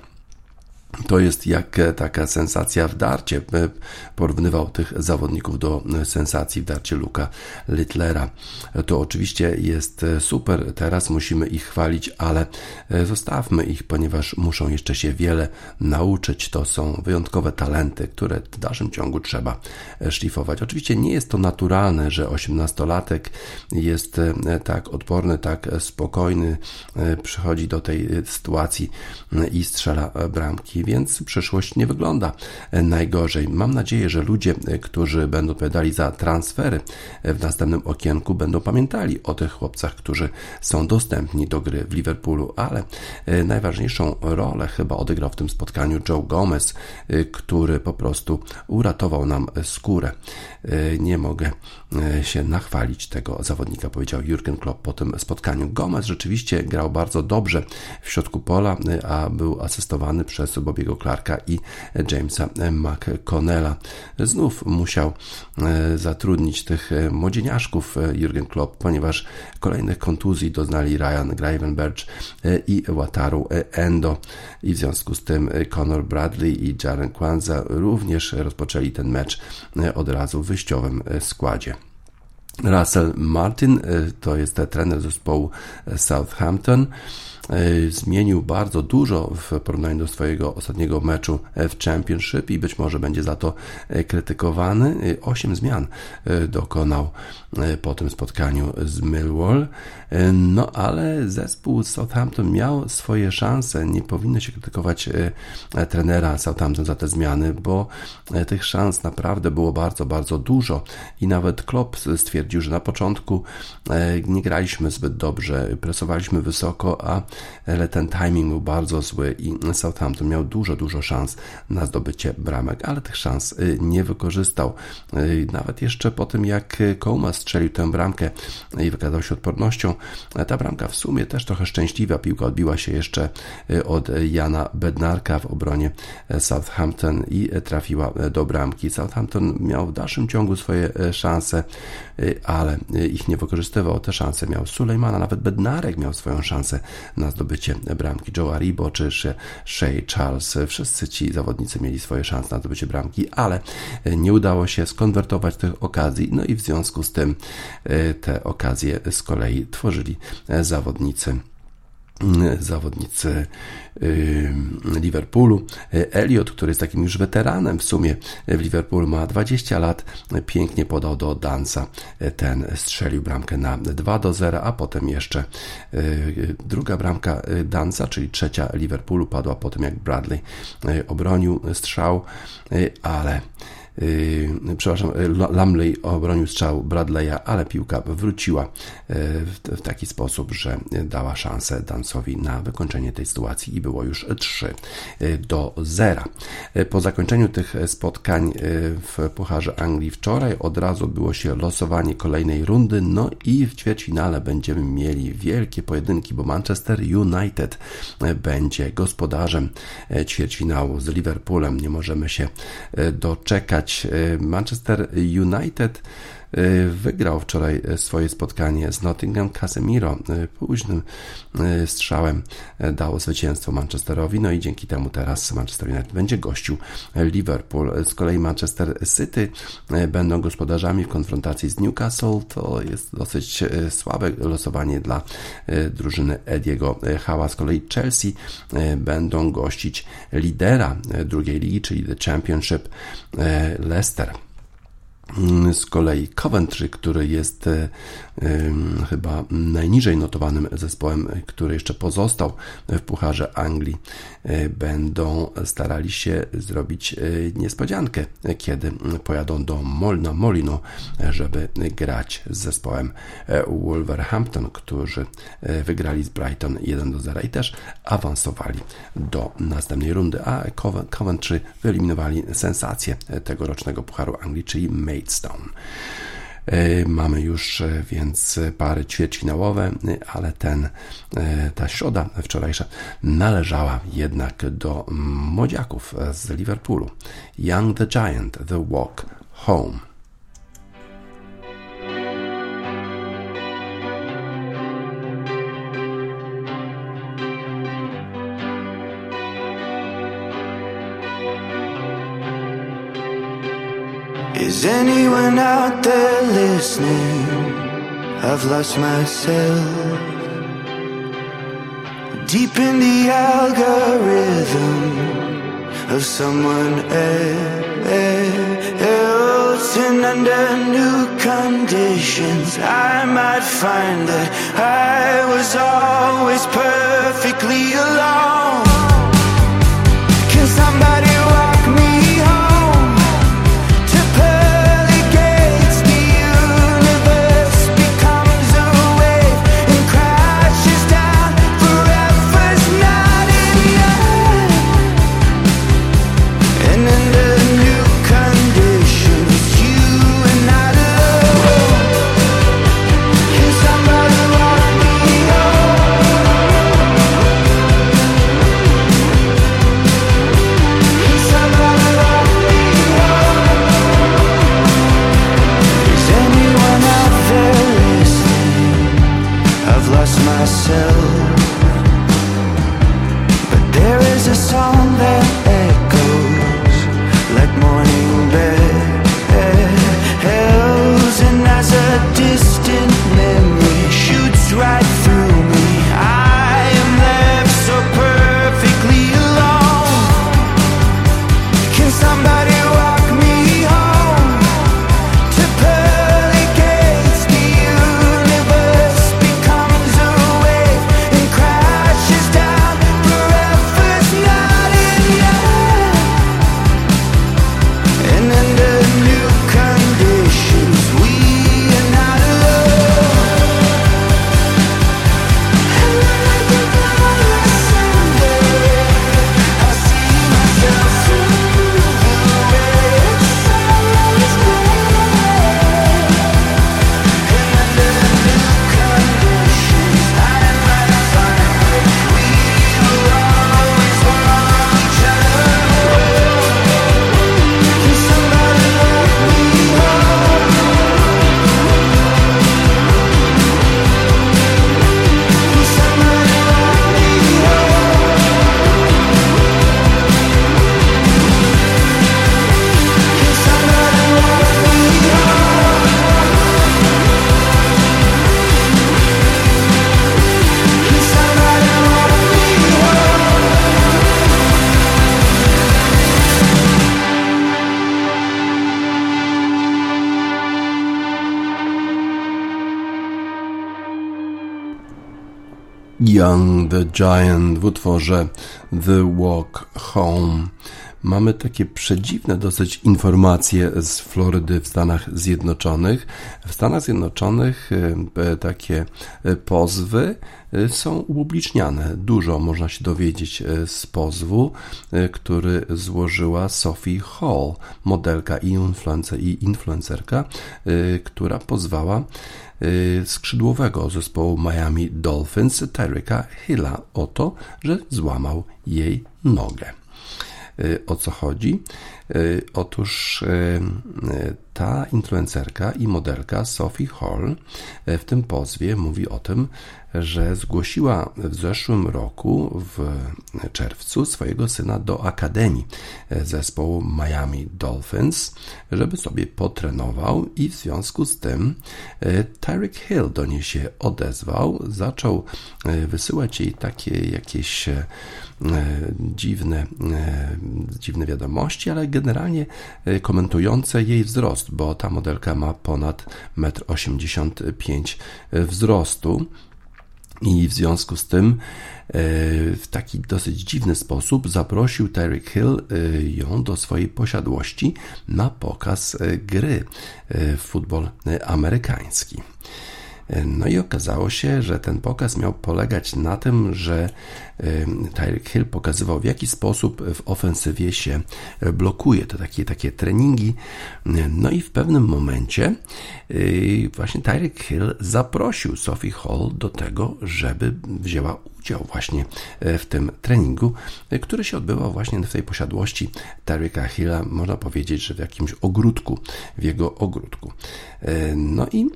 To jest jak taka sensacja w darcie. Porównywał tych zawodników do sensacji w darcie Luka Littlera. To oczywiście jest super. Teraz musimy ich chwalić, ale zostawmy ich, ponieważ muszą jeszcze się wiele nauczyć. To są wyjątkowe talenty, które w dalszym ciągu trzeba szlifować. Oczywiście nie jest to naturalne, że osiemnastolatek jest tak odporny, tak spokojny, przychodzi do tej sytuacji i strzela bramki. Więc przyszłość nie wygląda najgorzej. Mam nadzieję, że ludzie, którzy będą odpowiadali za transfery w następnym okienku, będą pamiętali o tych chłopcach, którzy są dostępni do gry w Liverpoolu, ale najważniejszą rolę chyba odegrał w tym spotkaniu Joe Gomez, który po prostu uratował nam skórę. Nie mogę się nachwalić tego zawodnika, powiedział Jurgen Klopp po tym spotkaniu. Gomez rzeczywiście grał bardzo dobrze w środku pola, a był asystowany przez Bobbiego Clarka i Jamesa McConnella. Znów musiał zatrudnić tych młodzieniaszków Jurgen Klopp, ponieważ kolejnych kontuzji doznali Ryan Gravenberch i Wataru Endo i w związku z tym Conor Bradley i Jaren Kwanza również rozpoczęli ten mecz od razu w wyjściowym składzie. Russell Martin to jest trener zespołu Southampton. Zmienił bardzo dużo w porównaniu do swojego ostatniego meczu w Championship i być może będzie za to krytykowany. Osiem zmian dokonał po tym spotkaniu z Millwall. No ale zespół Southampton miał swoje szanse. Nie powinno się krytykować trenera Southampton za te zmiany, bo tych szans naprawdę było bardzo, bardzo dużo i nawet Klopp stwierdził, że na początku nie graliśmy zbyt dobrze, presowaliśmy wysoko, a ale ten timing był bardzo zły i Southampton miał dużo, dużo szans na zdobycie bramek, ale tych szans nie wykorzystał. Nawet jeszcze po tym, jak Kouma strzelił tę bramkę i wykazał się odpornością, ta bramka w sumie też trochę szczęśliwa. Piłka odbiła się jeszcze od Jana Bednarka w obronie Southampton i trafiła do bramki. Southampton miał w dalszym ciągu swoje szanse, ale ich nie wykorzystywał. Te szanse miał Sulejmana, nawet Bednarek miał swoją szansę na zdobycie bramki. Joe Aribo czy Shea Charles, wszyscy ci zawodnicy mieli swoje szanse na zdobycie bramki, ale nie udało się skonwertować tych okazji, no i w związku z tym te okazje z kolei tworzyli zawodnicy zawodnicy Liverpoolu. Elliot, który jest takim już weteranem w sumie w Liverpoolu, ma dwadzieścia lat, pięknie podał do Dance'a. Ten strzelił bramkę na dwa do zera, a potem jeszcze druga bramka Dance'a, czyli trzecia Liverpoolu, padła po tym, jak Bradley obronił strzał, ale Yy, przepraszam, Lumley obronił strzał Bradley'a, ale piłka wróciła yy, w, w taki sposób, że dała szansę Dance'owi na wykończenie tej sytuacji i było już trzy do zera. Yy, po zakończeniu tych spotkań yy, w Pucharze Anglii wczoraj od razu odbyło się losowanie kolejnej rundy, no i w ćwierćfinale będziemy mieli wielkie pojedynki, bo Manchester United yy, będzie gospodarzem yy, ćwierćfinału z Liverpoolem. Nie możemy się yy, doczekać. Manchester United wygrał wczoraj swoje spotkanie z Nottingham. Casemiro późnym strzałem dało zwycięstwo Manchesterowi, no i dzięki temu teraz Manchester United będzie gościł Liverpool. Z kolei Manchester City będą gospodarzami w konfrontacji z Newcastle. To jest dosyć słabe losowanie dla drużyny Ediego Howe'a. Z kolei Chelsea będą gościć lidera drugiej ligi, czyli The Championship, Leicester. Z kolei Coventry, który jest y, y, chyba najniżej notowanym zespołem, który jeszcze pozostał w Pucharze Anglii, y, będą starali się zrobić y, niespodziankę, kiedy pojadą do Molna Molino, żeby grać z zespołem Wolverhampton, którzy wygrali z Brighton jeden do zera i też awansowali do następnej rundy, a Coventry wyeliminowali sensację tegorocznego Pucharu Anglii, czyli Maidstone. Mamy już więc pary ćwierćfinałowe, ale ten, ta środa wczorajsza należała jednak do młodziaków z Liverpoolu. Young the Giant, The Walk Home. Is anyone out there listening? I've lost myself deep in the algorithm of someone else, and under new conditions I might find that I was always perfectly alone. Can somebody walk me home to pearly gates? The universe becomes a wave and crashes down. Forever's not enough, and under new conditions you and I love. Can somebody walk me home? Can somebody walk me home? Is anyone out there listening? I've lost myself, but there is a song that echoes like morning bells, and as a distant memory shoots right through me, I am left so perfectly alone. Can somebody walk me home to pearly gates? The universe becomes a wave and crashes down. Forever's not enough, and under new conditions we are not alone. And when I think about us someday, I see myself through the red sunrise glare. And under new conditions I might find that we will always want each other. Can somebody walk me home? Can somebody walk me home? Can somebody walk me home? Can somebody walk me Young the Giant w utworze The Walk Home. Mamy takie przedziwne dosyć informacje z Florydy w Stanach Zjednoczonych. W Stanach Zjednoczonych e, takie pozwy są upubliczniane. Dużo można się dowiedzieć z pozwu, e, który złożyła Sophie Hall, modelka i, influencer, i influencerka, e, która pozwała skrzydłowego zespołu Miami Dolphins, Tyreeka Hilla, o to, że złamał jej nogę. O co chodzi? Otóż ta influencerka i modelka Sophie Hall w tym pozwie mówi o tym, że zgłosiła w zeszłym roku w czerwcu swojego syna do akademii zespołu Miami Dolphins, żeby sobie potrenował i w związku z tym Tyreek Hill do niej się odezwał, zaczął wysyłać jej takie jakieś dziwne, dziwne wiadomości, ale generalnie komentujące jej wzrost, bo ta modelka ma ponad metr osiemdziesiąt pięć wzrostu i w związku z tym w taki dosyć dziwny sposób zaprosił Tyreek Hill ją do swojej posiadłości na pokaz gry w futbol amerykański. No i okazało się, że ten pokaz miał polegać na tym, że Tyreek Hill pokazywał, w jaki sposób w ofensywie się blokuje. To takie, takie treningi. No i w pewnym momencie właśnie Tyreek Hill zaprosił Sophie Hall do tego, żeby wzięła udział właśnie w tym treningu, który się odbywał właśnie w tej posiadłości Tyreeka Hilla, można powiedzieć, że w jakimś ogródku, w jego ogródku. No i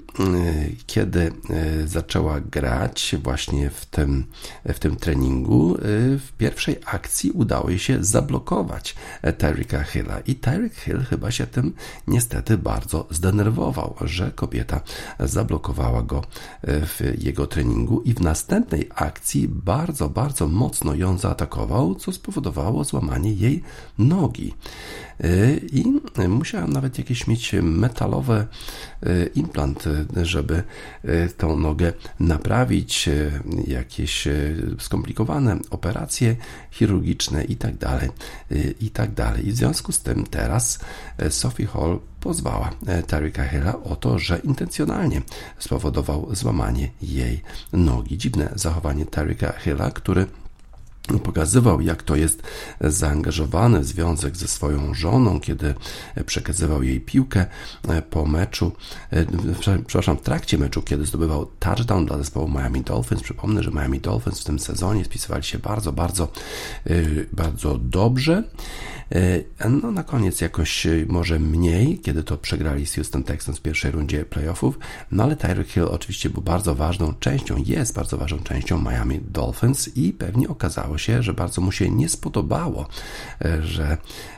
kiedy zaczęła grać właśnie w tym, w tym treningu, w pierwszej akcji udało jej się zablokować Tyreeka Hilla i Tyreek Hill chyba się tym niestety bardzo zdenerwował, że kobieta zablokowała go w jego treningu i w następnej akcji bardzo, bardzo mocno ją zaatakował, co spowodowało złamanie jej nogi. I musiała nawet jakieś mieć metalowe implant, żeby tą nogę naprawić, jakieś skomplikowane operacje chirurgiczne i tak dalej, i tak dalej. I w związku z tym teraz Sophie Hall pozwała Tyreeka Hilla o to, że intencjonalnie spowodował złamanie jej nogi. Dziwne zachowanie Tyreeka Hilla, który pokazywał, jak to jest zaangażowany związek ze swoją żoną, kiedy przekazywał jej piłkę po meczu, przepraszam, w trakcie meczu, kiedy zdobywał touchdown dla zespołu Miami Dolphins. Przypomnę, że Miami Dolphins w tym sezonie spisywali się bardzo, bardzo, bardzo dobrze. No na koniec jakoś może mniej, kiedy to przegrali z Houston Texans w pierwszej rundzie playoffów, no ale Tyreek Hill oczywiście był bardzo ważną częścią, jest bardzo ważną częścią Miami Dolphins i pewnie okazało się, że bardzo mu się nie spodobało, że,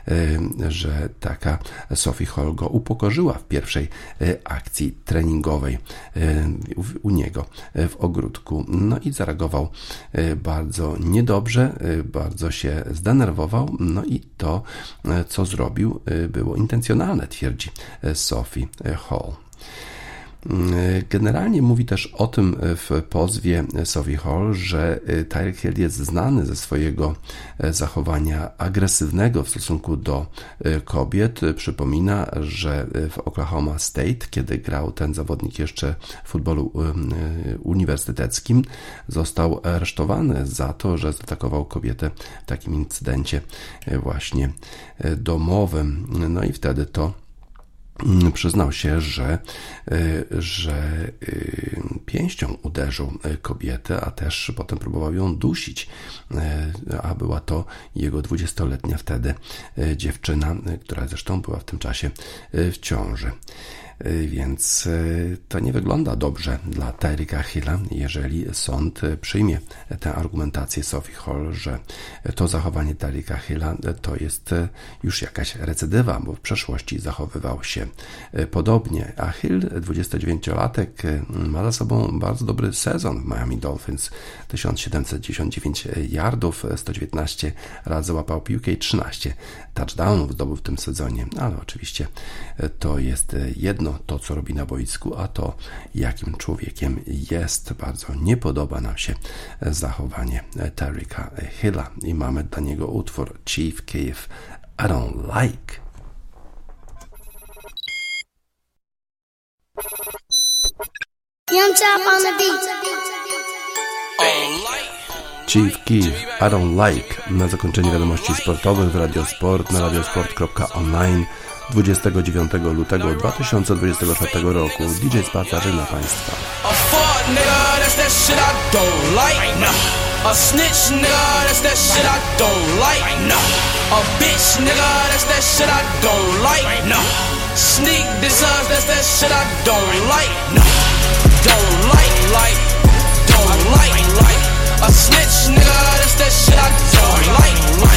że taka Sophie Hall go upokorzyła w pierwszej akcji treningowej u niego w ogródku. No i zareagował bardzo niedobrze, bardzo się zdenerwował, no i to, co zrobił, było intencjonalne, twierdzi Sophie Hall. Generalnie mówi też o tym w pozwie Sophie Hall, że Tyreek Hill jest znany ze swojego zachowania agresywnego w stosunku do kobiet. Przypomina, że w Oklahoma State, kiedy grał ten zawodnik jeszcze w futbolu uniwersyteckim, został aresztowany za to, że zaatakował kobietę w takim incydencie właśnie domowym. No i wtedy to przyznał się, że, że pięścią uderzył kobietę, a też potem próbował ją dusić, a była to jego dwudziestoletnia wtedy dziewczyna, która zresztą była w tym czasie w ciąży. Więc to nie wygląda dobrze dla Tyreeka Hilla, jeżeli sąd przyjmie tę argumentację Sophie Hall, że to zachowanie Tyreeka Hilla to jest już jakaś recydywa, bo w przeszłości zachowywał się podobnie. A Hill, dwudziestodziewięciolatek, ma za sobą bardzo dobry sezon w Miami Dolphins. tysiąc siedemset dziewięćdziesiąt dziewięć yardów, sto dziewiętnaście razy łapał piłkę i trzynaście touchdownów zdobył w tym sezonie. Ale oczywiście to jest jedno, to co robi na boisku, a to jakim człowiekiem jest. Bardzo nie podoba nam się zachowanie Tyreeka Hilla i mamy dla niego utwór Chief Keef, I Don't Like. Young Chop on the beat. Chief Keef, I Don't Like. Na zakończenie wiadomości sportowych w Radiosport na radiosport kropka online dwudziestego dziewiątego lutego dwa tysiące dwudziestego czwartego roku. D J Spaca żegna Państwa. A snitch, nigga, that's that shit I don't like. No. A bitch, nigga, that's that shit I don't like. No. Sneak designs, that's that shit I don't like. No. Don't like, like, don't don't like. A snitch, nigga, that's that shit I don't like.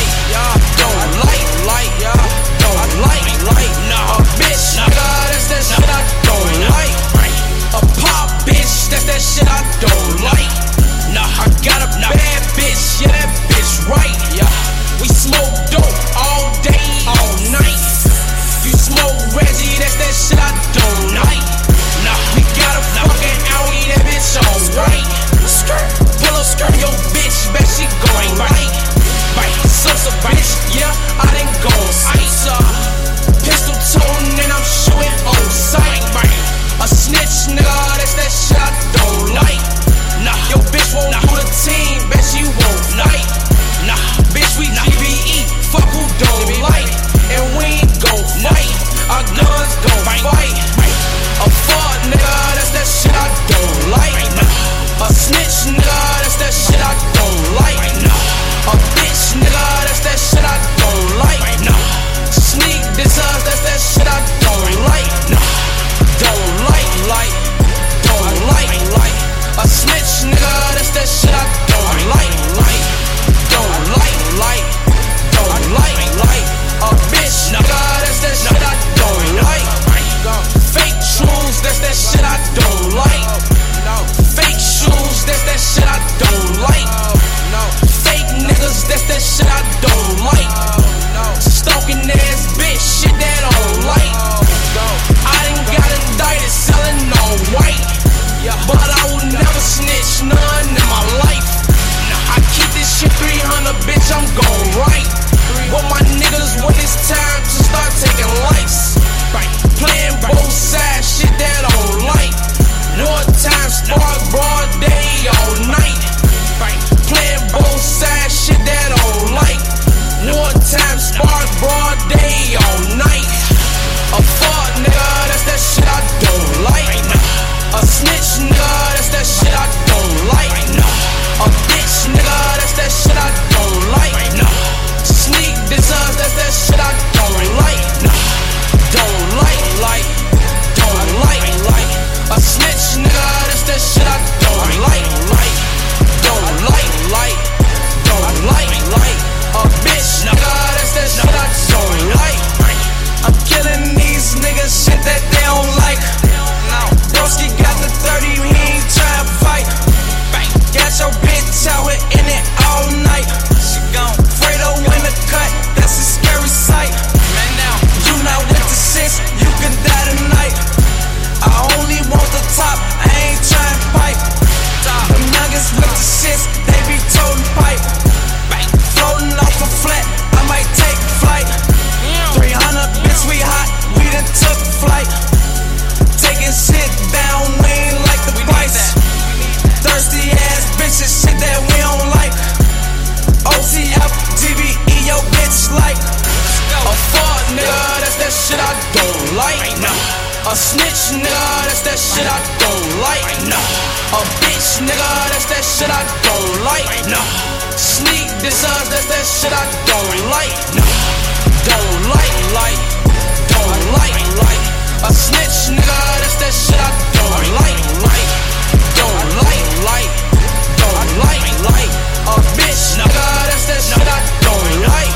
Don't like, like, don't like, like. A bitch, nigga, that's that shit I don't like. A pop bitch, that's that shit I don't like. Nah, I got a bad bitch, yeah, that bitch right. Yeah, we smoke dope all day, all night. You smoke Reggie, that's that shit I don't like. Nah, we got a fucking Audi, that bitch alright. Pull up skirt, yo bitch, bet she going right. Right, so so bitch, yeah, I done gone ice. Uh, pistol toting and I'm shooting on sight. Right, a snitch, nigga, that's that shit I don't like. Nah, yo bitch won't nah. do the team, bet she won't fight. Nah, bitch we G B E, fuck who don't like. And we ain't gon' fight, our guns gon' fight. A fuck nigga, that's that shit I don't like. A snitch nigga, that's that shit I don't like. A bitch nigga, that's that shit I don't like. Sneak this us, that's that shit I don't like. Don't like, like, don't like, like. A snitch nigga, that's that shit I don't like. Don't like, like, don't like, like. A bitch nigga, that's that shit I don't like. Fake shoes, that's that shit I don't like. Fake shoes, that's that shit I don't like. Fake niggas, that's that shit I don't like. Stalking ass bitch, shit that I don't like. I done got indicted selling all white, but I will never snitch none in my life. I keep this shit three hundred, bitch, I'm gon' right. But my niggas, when it's time to start taking lives, playing both sides, shit that I don't like. Wartime, spark, broad day, all night. Playing both sides, shit that I don't like. Wartime, spark, broad day, all night. A fuck nigga, that's that shit I don't like. A snitch nigga, that's that shit I don't like. A bitch nigga, that's that shit I don't like. Sneak this us, that's that shit I don't like. Don't like, like, don't like, like. A snitch nigga, that's that shit I don't like. Don't like, like, don't like, like. A bitch nigga, that's that shit I don't like. I'm killing these niggas, shit that they don't like. Broski got the thirty, he ain't tryna fight. Got your bitch out here in it all night. She gone. Fredo in the cut, that's a scary sight. Man, now you not with the six, you can die tonight. I only want the top, I ain't tryna fight. The youngest with the shits, they be toting pipe. Floating off a flat, I might take flight. three hundred, bitch, we hot, we done took flight. Taking shit down, we ain't like the price. Thirsty ass bitches, shit that we don't like. O T F, G B E, yo bitch like. A fuck nigga, that's that shit I don't like. A snitch nigga, that's that shit I don't like. A bitch nigga, that's that shit I don't like. Sneak this us, that's that shit I don't like. Don't like, like, don't like, like. A snitch nigga, that's that shit I don't like. Don't like, like, don't like, like. A bitch nigga, that's that shit I don't like.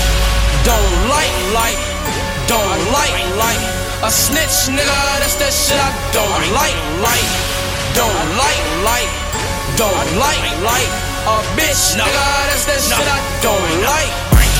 Don't like, like, don't like, like. A snitch nigga, that's that shit I don't like, like. Don't like, like, don't like, like. A bitch nigga, that's that shit I don't like.